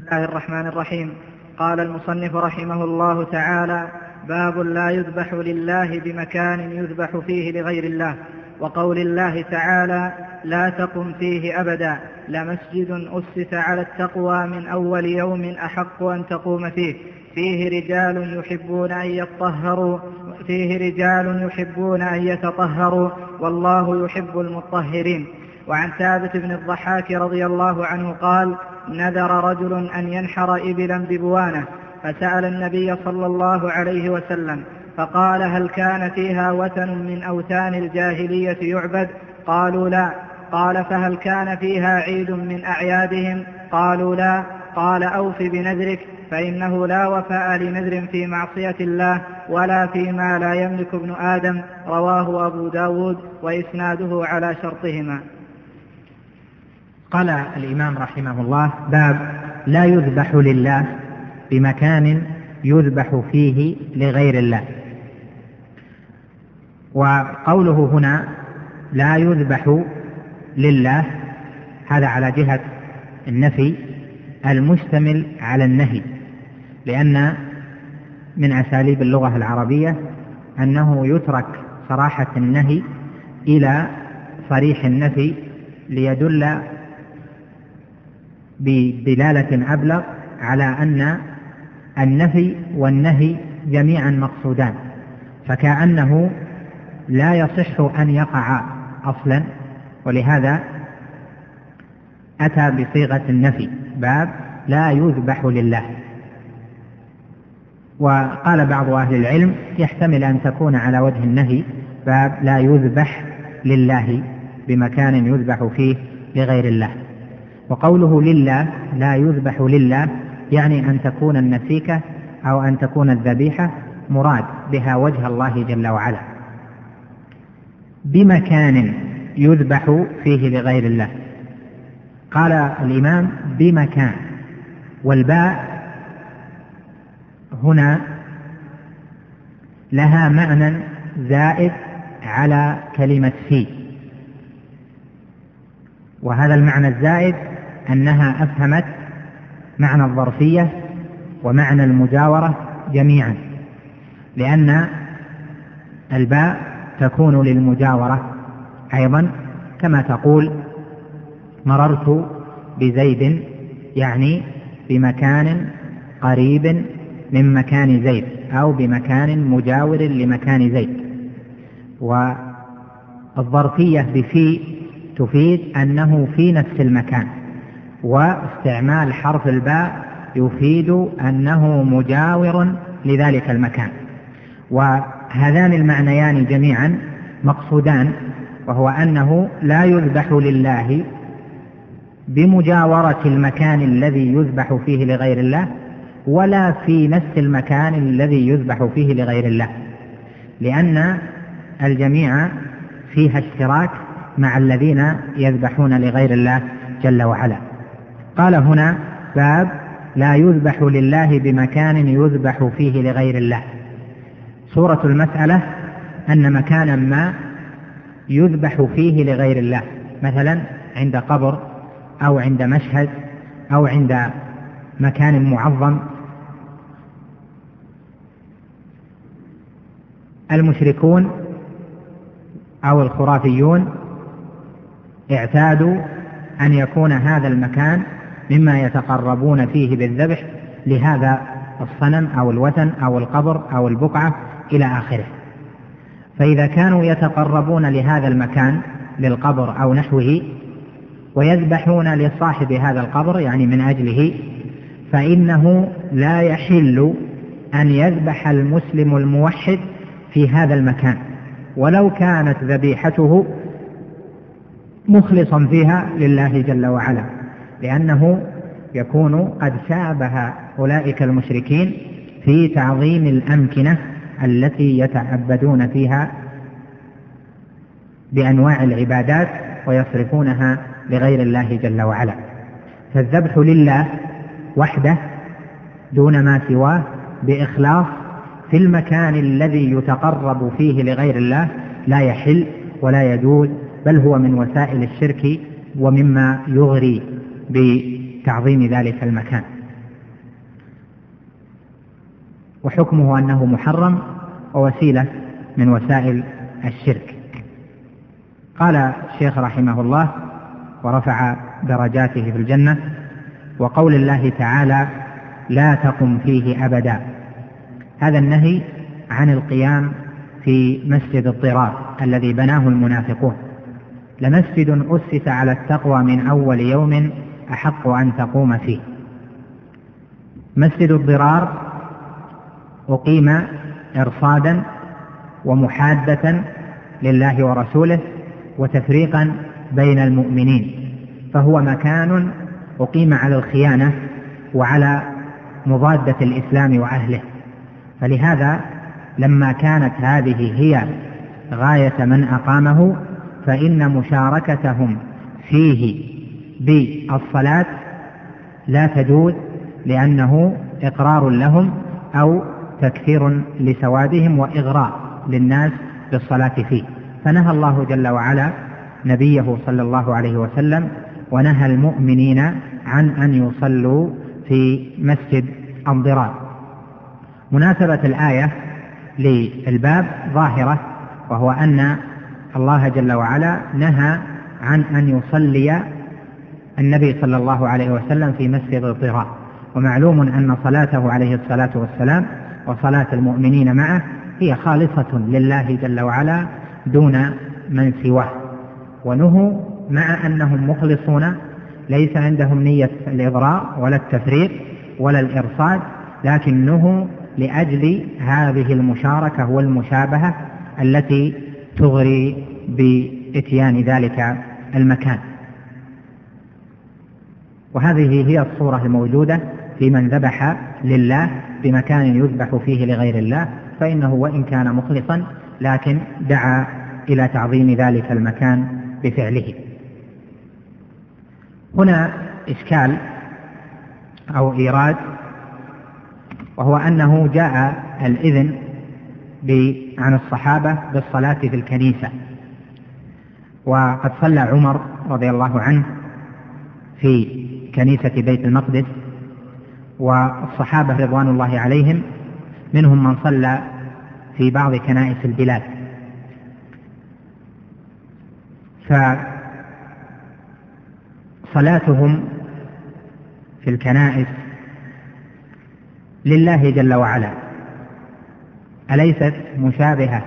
الله الرحمن الرحيم. قال المصنف رحمه الله تعالى: باب لا يذبح لله بمكان يذبح فيه لغير الله. وقول الله تعالى: لا تقم فيه أبدا، لمسجد أسس على التقوى من أول يوم أحق أن تقوم فيه، فيه رجال يحبون أن يتطهروا والله يحب المطهرين. وعن ثابت بن الضحاك رضي الله عنه قال: نذر رجل أن ينحر إبلا ببوانة، فسأل النبي صلى الله عليه وسلم فقال: هل كان فيها وثن من أوثان الجاهلية يعبد؟ قالوا لا. قال: فهل كان فيها عيد من أعيادهم؟ قالوا لا. قال: أوف بنذرك، فإنه لا وفاء لنذر في معصية الله ولا فيما لا يملك ابن آدم. رواه أبو داود وإسناده على شرطهما. قال الإمام رحمه الله: باب لا يذبح لله بمكان يذبح فيه لغير الله. وقوله هنا لا يذبح لله هذا على جهة النفي المشتمل على النهي، لأن من أساليب اللغة العربية أنه يترك صراحة النهي إلى صريح النفي ليدل بدلالة أبلغ على أن النفي والنهي جميعا مقصودان، فكأنه لا يصح أن يقع أصلا، ولهذا أتى بصيغة النفي: باب لا يذبح لله. وقال بعض أهل العلم يحتمل أن تكون على وجه النهي: باب لا يذبح لله بمكان يذبح فيه لغير الله. وقوله لله لا يذبح لله يعني أن تكون النسيكة أو أن تكون الذبيحة مراد بها وجه الله جل وعلا. بمكان يذبح فيه لغير الله، قال الإمام: بمكان، والباء هنا لها معنى زائد على كلمة في، وهذا المعنى الزائد أنها أفهمت معنى الظرفية ومعنى المجاورة جميعا، لأن الباء تكون للمجاورة أيضا، كما تقول: مررت بزيد، يعني بمكان قريب من مكان زيد أو بمكان مجاور لمكان زيد. والظرفية بفي تفيد أنه في نفس المكان، واستعمال حرف الباء يفيد أنه مجاور لذلك المكان، وهذان المعنيان جميعا مقصودان، وهو أنه لا يذبح لله بمجاورة المكان الذي يذبح فيه لغير الله، ولا في نفس المكان الذي يذبح فيه لغير الله، لأن الجميع فيها اشتراك مع الذين يذبحون لغير الله جل وعلا. قال هنا: باب لا يذبح لله بمكان يذبح فيه لغير الله. صورة المسألة أن مكانا ما يذبح فيه لغير الله، مثلا عند قبر أو عند مشهد أو عند مكان معظم. المشركون أو الخرافيون اعتادوا أن يكون هذا المكان مما يتقربون فيه بالذبح لهذا الصنم أو الوثن أو القبر أو البقعة إلى آخره. فإذا كانوا يتقربون لهذا المكان للقبر أو نحوه ويذبحون لصاحب هذا القبر يعني من أجله، فإنه لا يحل أن يذبح المسلم الموحد في هذا المكان ولو كانت ذبيحته مخلصا فيها لله جل وعلا، لأنه يكون قد شابه أولئك المشركين في تعظيم الأمكنة التي يتعبدون فيها بأنواع العبادات ويصرفونها لغير الله جل وعلا. فالذبح لله وحده دون ما سواه بإخلاص في المكان الذي يتقرب فيه لغير الله لا يحل ولا يجوز، بل هو من وسائل الشرك ومما يغري بتعظيم ذلك المكان. وحكمه أنه محرم ووسيلة من وسائل الشرك. قال الشيخ رحمه الله ورفع درجاته في الجنة: وقول الله تعالى: لا تقم فيه أبدا. هذا النهي عن القيام في مسجد الضرار الذي بناه المنافقون. لمسجد أسس على التقوى من أول يوم أحق أن تقوم فيه. مسجد الضرار أقيم إرصادا ومحادة لله ورسوله وتفريقا بين المؤمنين، فهو مكان أقيم على الخيانة وعلى مضادة الإسلام وأهله. فلهذا لما كانت هذه هي غاية من أقامه فإن مشاركتهم فيه بالصلاة لا تجوز، لأنه إقرار لهم أو تكثير لسوادهم وإغراء للناس بالصلاة فيه. فنهى الله جل وعلا نبيه صلى الله عليه وسلم ونهى المؤمنين عن أن يصلوا في مسجد الضرار. مناسبة الآية للباب ظاهرة، وهو أن الله جل وعلا نهى عن أن يصلي النبي صلى الله عليه وسلم في مسجد الضرار، ومعلوم أن صلاته عليه الصلاة والسلام وصلاة المؤمنين معه هي خالصة لله جل وعلا دون من سواه. ونهوا مع أنهم مخلصون، ليس عندهم نية الإضرار ولا التفريق ولا الإرصاد، لكنه لأجل هذه المشاركة والمشابهة التي تغري بإتيان ذلك المكان. وهذه هي الصورة الموجودة في من ذبح لله بمكان يذبح فيه لغير الله، فإنه وإن كان مخلصا لكن دعا إلى تعظيم ذلك المكان بفعله. هنا إشكال أو إيراد، وهو أنه جاء الإذن عن الصحابة بالصلاة في الكنيسة، وقد صلى عمر رضي الله عنه في كنيسة بيت المقدس، والصحابة رضوان الله عليهم منهم من صلى في بعض كنائس البلاد. فصلاتهم في الكنائس لله جل وعلا أليست مشابهة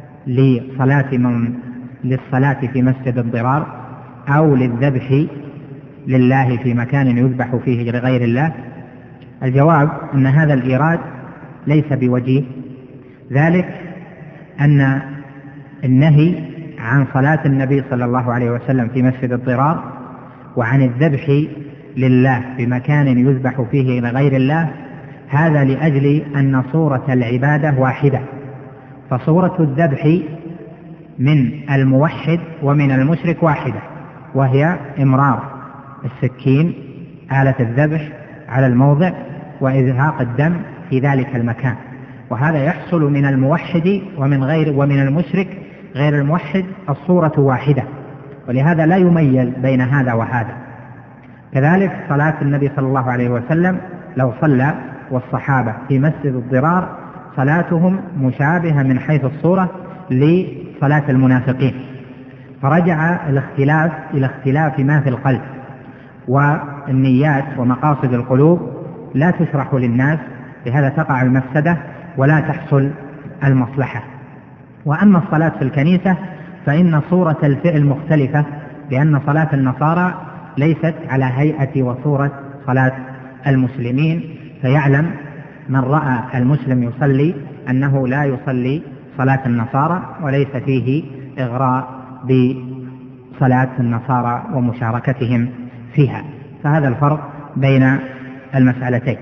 للصلاة في مسجد الضرار أو للذبح لله في مكان يذبح فيه لغير الله؟ الجواب أن هذا الإيراد ليس بوجيه، ذلك أن النهي عن صلاة النبي صلى الله عليه وسلم في مسجد الضرار وعن الذبح لله بمكان يذبح فيه لغير الله هذا لأجل أن صورة العبادة واحدة، فصورة الذبح من الموحد ومن المشرك واحدة، وهي إمرار السكين آلة الذبح على الموضع وإزهاق الدم في ذلك المكان، وهذا يحصل من الموحد ومن المشرك غير الموحد الصورة واحدة، ولهذا لا يميز بين هذا وهذا. كذلك صلاة النبي صلى الله عليه وسلم لو صلى والصحابة في مسجد الضرار صلاتهم مشابهة من حيث الصورة لصلاة المنافقين، فرجع الاختلاف إلى اختلاف ما في القلب، والنيات ومقاصد القلوب لا تشرح للناس، لهذا تقع المفسدة ولا تحصل المصلحة. وأما الصلاة في الكنيسة فإن صورة الفعل مختلفة، لأن صلاة النصارى ليست على هيئة وصورة صلاة المسلمين، فيعلم من رأى المسلم يصلي أنه لا يصلي صلاة النصارى، وليس فيه إغراء بصلاة النصارى ومشاركتهم فيها. فهذا الفرق بين المسألتين.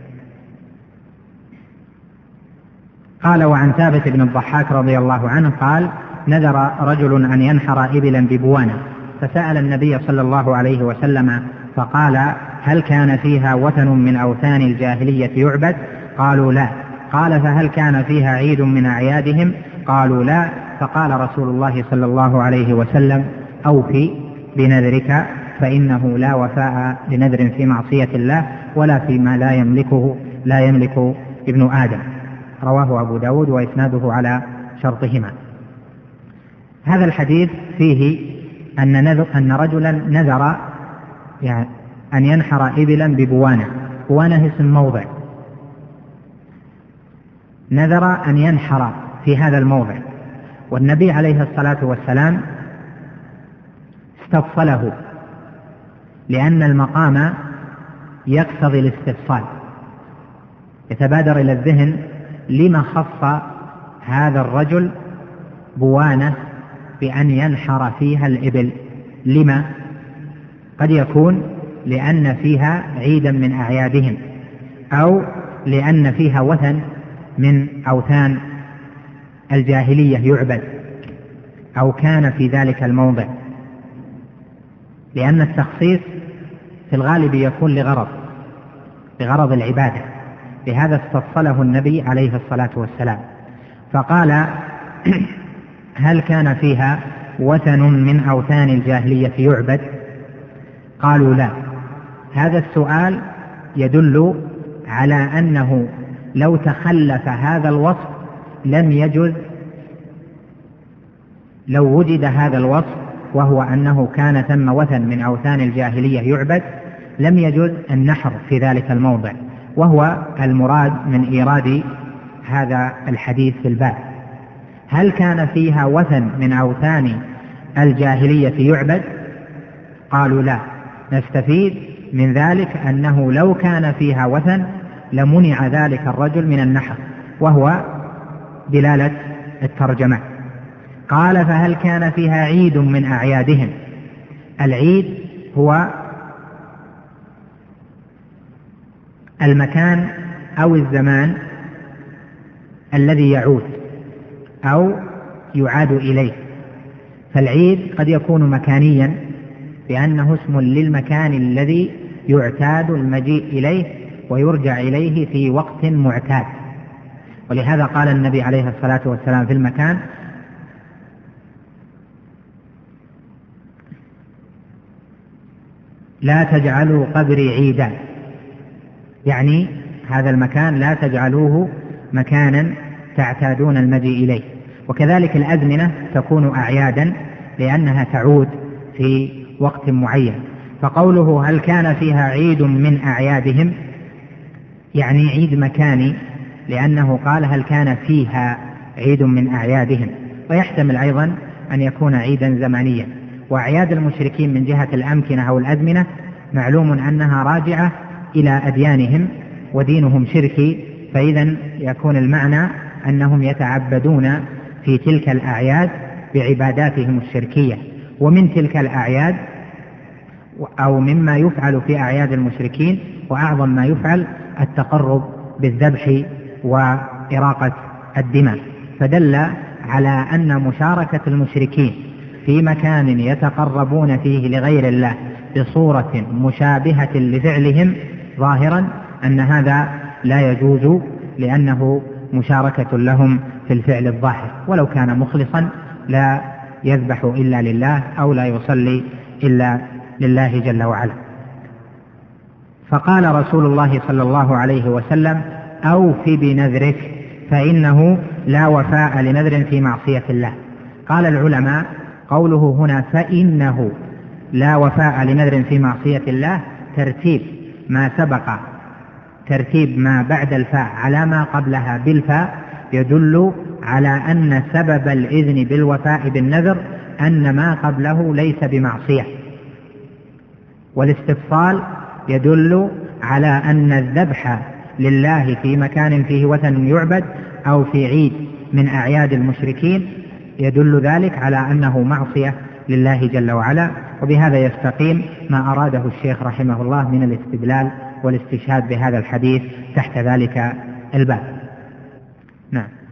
قال: وعن ثابت بن الضحاك رضي الله عنه قال: نذر رجل أن ينحر إبلا ببوانة، فسأل النبي صلى الله عليه وسلم فقال: هل كان فيها وثن من أوثان الجاهلية يعبد؟ قالوا: لا. قال: فهل كان فيها عيد من أعيادهم؟ قالوا: لا. فقال رسول الله صلى الله عليه وسلم: أوفي بنذرك، فإنه لا وفاء لنذر في معصية الله ولا فيما لا يملك ابن آدم. رواه أبو داود وإسناده على شرطهما. هذا الحديث فيه أن رجلا نذر يعني أن ينحر إبلا ببوانة. بوانة اسم موضع، نذر أن ينحر في هذا الموضع، والنبي عليه الصلاة والسلام استفصله لأن المقام يقتضي الاستفصال. يتبادر إلى الذهن لما خص هذا الرجل بوانة بأن ينحر فيها الإبل؟ لما؟ قد يكون لأن فيها عيدا من أعيادهم، أو لأن فيها وثن من أوثان الجاهلية يعبد، أو كان في ذلك الموضع، لأن التخصيص في الغالب يكون لغرض العبادة. لهذا استفصله النبي عليه الصلاة والسلام فقال: هل كان فيها وثن من أوثان الجاهلية يعبد؟ قالوا لا. هذا السؤال يدل على أنه لو تخلف هذا الوصف لم يجوز، لو وجد هذا الوصف وهو أنه كان ثم وثن من أوثان الجاهلية يعبد لم يجوز النحر في ذلك الموضع، وهو المراد من إيراد هذا الحديث في الباب. هل كان فيها وثن من أوثان الجاهلية يعبد؟ قالوا لا. نستفيد من ذلك أنه لو كان فيها وثن لمنع ذلك الرجل من النحر، وهو دلالة الترجمة. قال: فهل كان فيها عيد من أعيادهم؟ العيد هو المكان أو الزمان الذي يعود أو يعاد إليه. فالعيد قد يكون مكانيا بأنه اسم للمكان الذي يعتاد المجيء إليه ويرجع إليه في وقت معتاد. ولهذا قال النبي عليه الصلاة والسلام في المكان: لا تجعلوا قبري عيدا، يعني هذا المكان لا تجعلوه مكانا تعتادون المجيء إليه. وكذلك الأزمنة تكون أعيادا لأنها تعود في وقت معين. فقوله هل كان فيها عيد من أعيادهم يعني عيد مكاني، لأنه قال هل كان فيها عيد من أعيادهم، ويحتمل أيضا أن يكون عيدا زمانيا. وأعياد المشركين من جهة الأمكنة أو الأزمنة معلوم أنها راجعة إلى أديانهم ودينهم شركي، فإذا يكون المعنى أنهم يتعبدون في تلك الأعياد بعباداتهم الشركية. ومن تلك الأعياد أو مما يفعل في أعياد المشركين وأعظم ما يفعل التقرب بالذبح وإراقة الدماء، فدل على أن مشاركة المشركين في مكان يتقربون فيه لغير الله بصورة مشابهة لفعلهم ظاهرا أن هذا لا يجوز، لأنه مشاركة لهم في الفعل الظاهر، ولو كان مخلصا لا يذبح إلا لله أو لا يصلي إلا لله جل وعلا. فقال رسول الله صلى الله عليه وسلم: أوف بنذرك فإنه لا وفاء لنذر في معصية الله. قال العلماء قوله هنا فإنه لا وفاء لنذر في معصية الله ترتيب ما سبق، ترتيب ما بعد الفاء على ما قبلها بالفاء يدل على أن سبب الإذن بالوفاء بالنذر أن ما قبله ليس بمعصية، والاستفصال يدل على أن الذبح لله في مكان فيه وثن يعبد أو في عيد من أعياد المشركين يدل ذلك على أنه معصية لله جل وعلا. وبهذا يستقيم ما أراده الشيخ رحمه الله من الاستدلال والاستشهاد بهذا الحديث تحت ذلك الباب. نعم.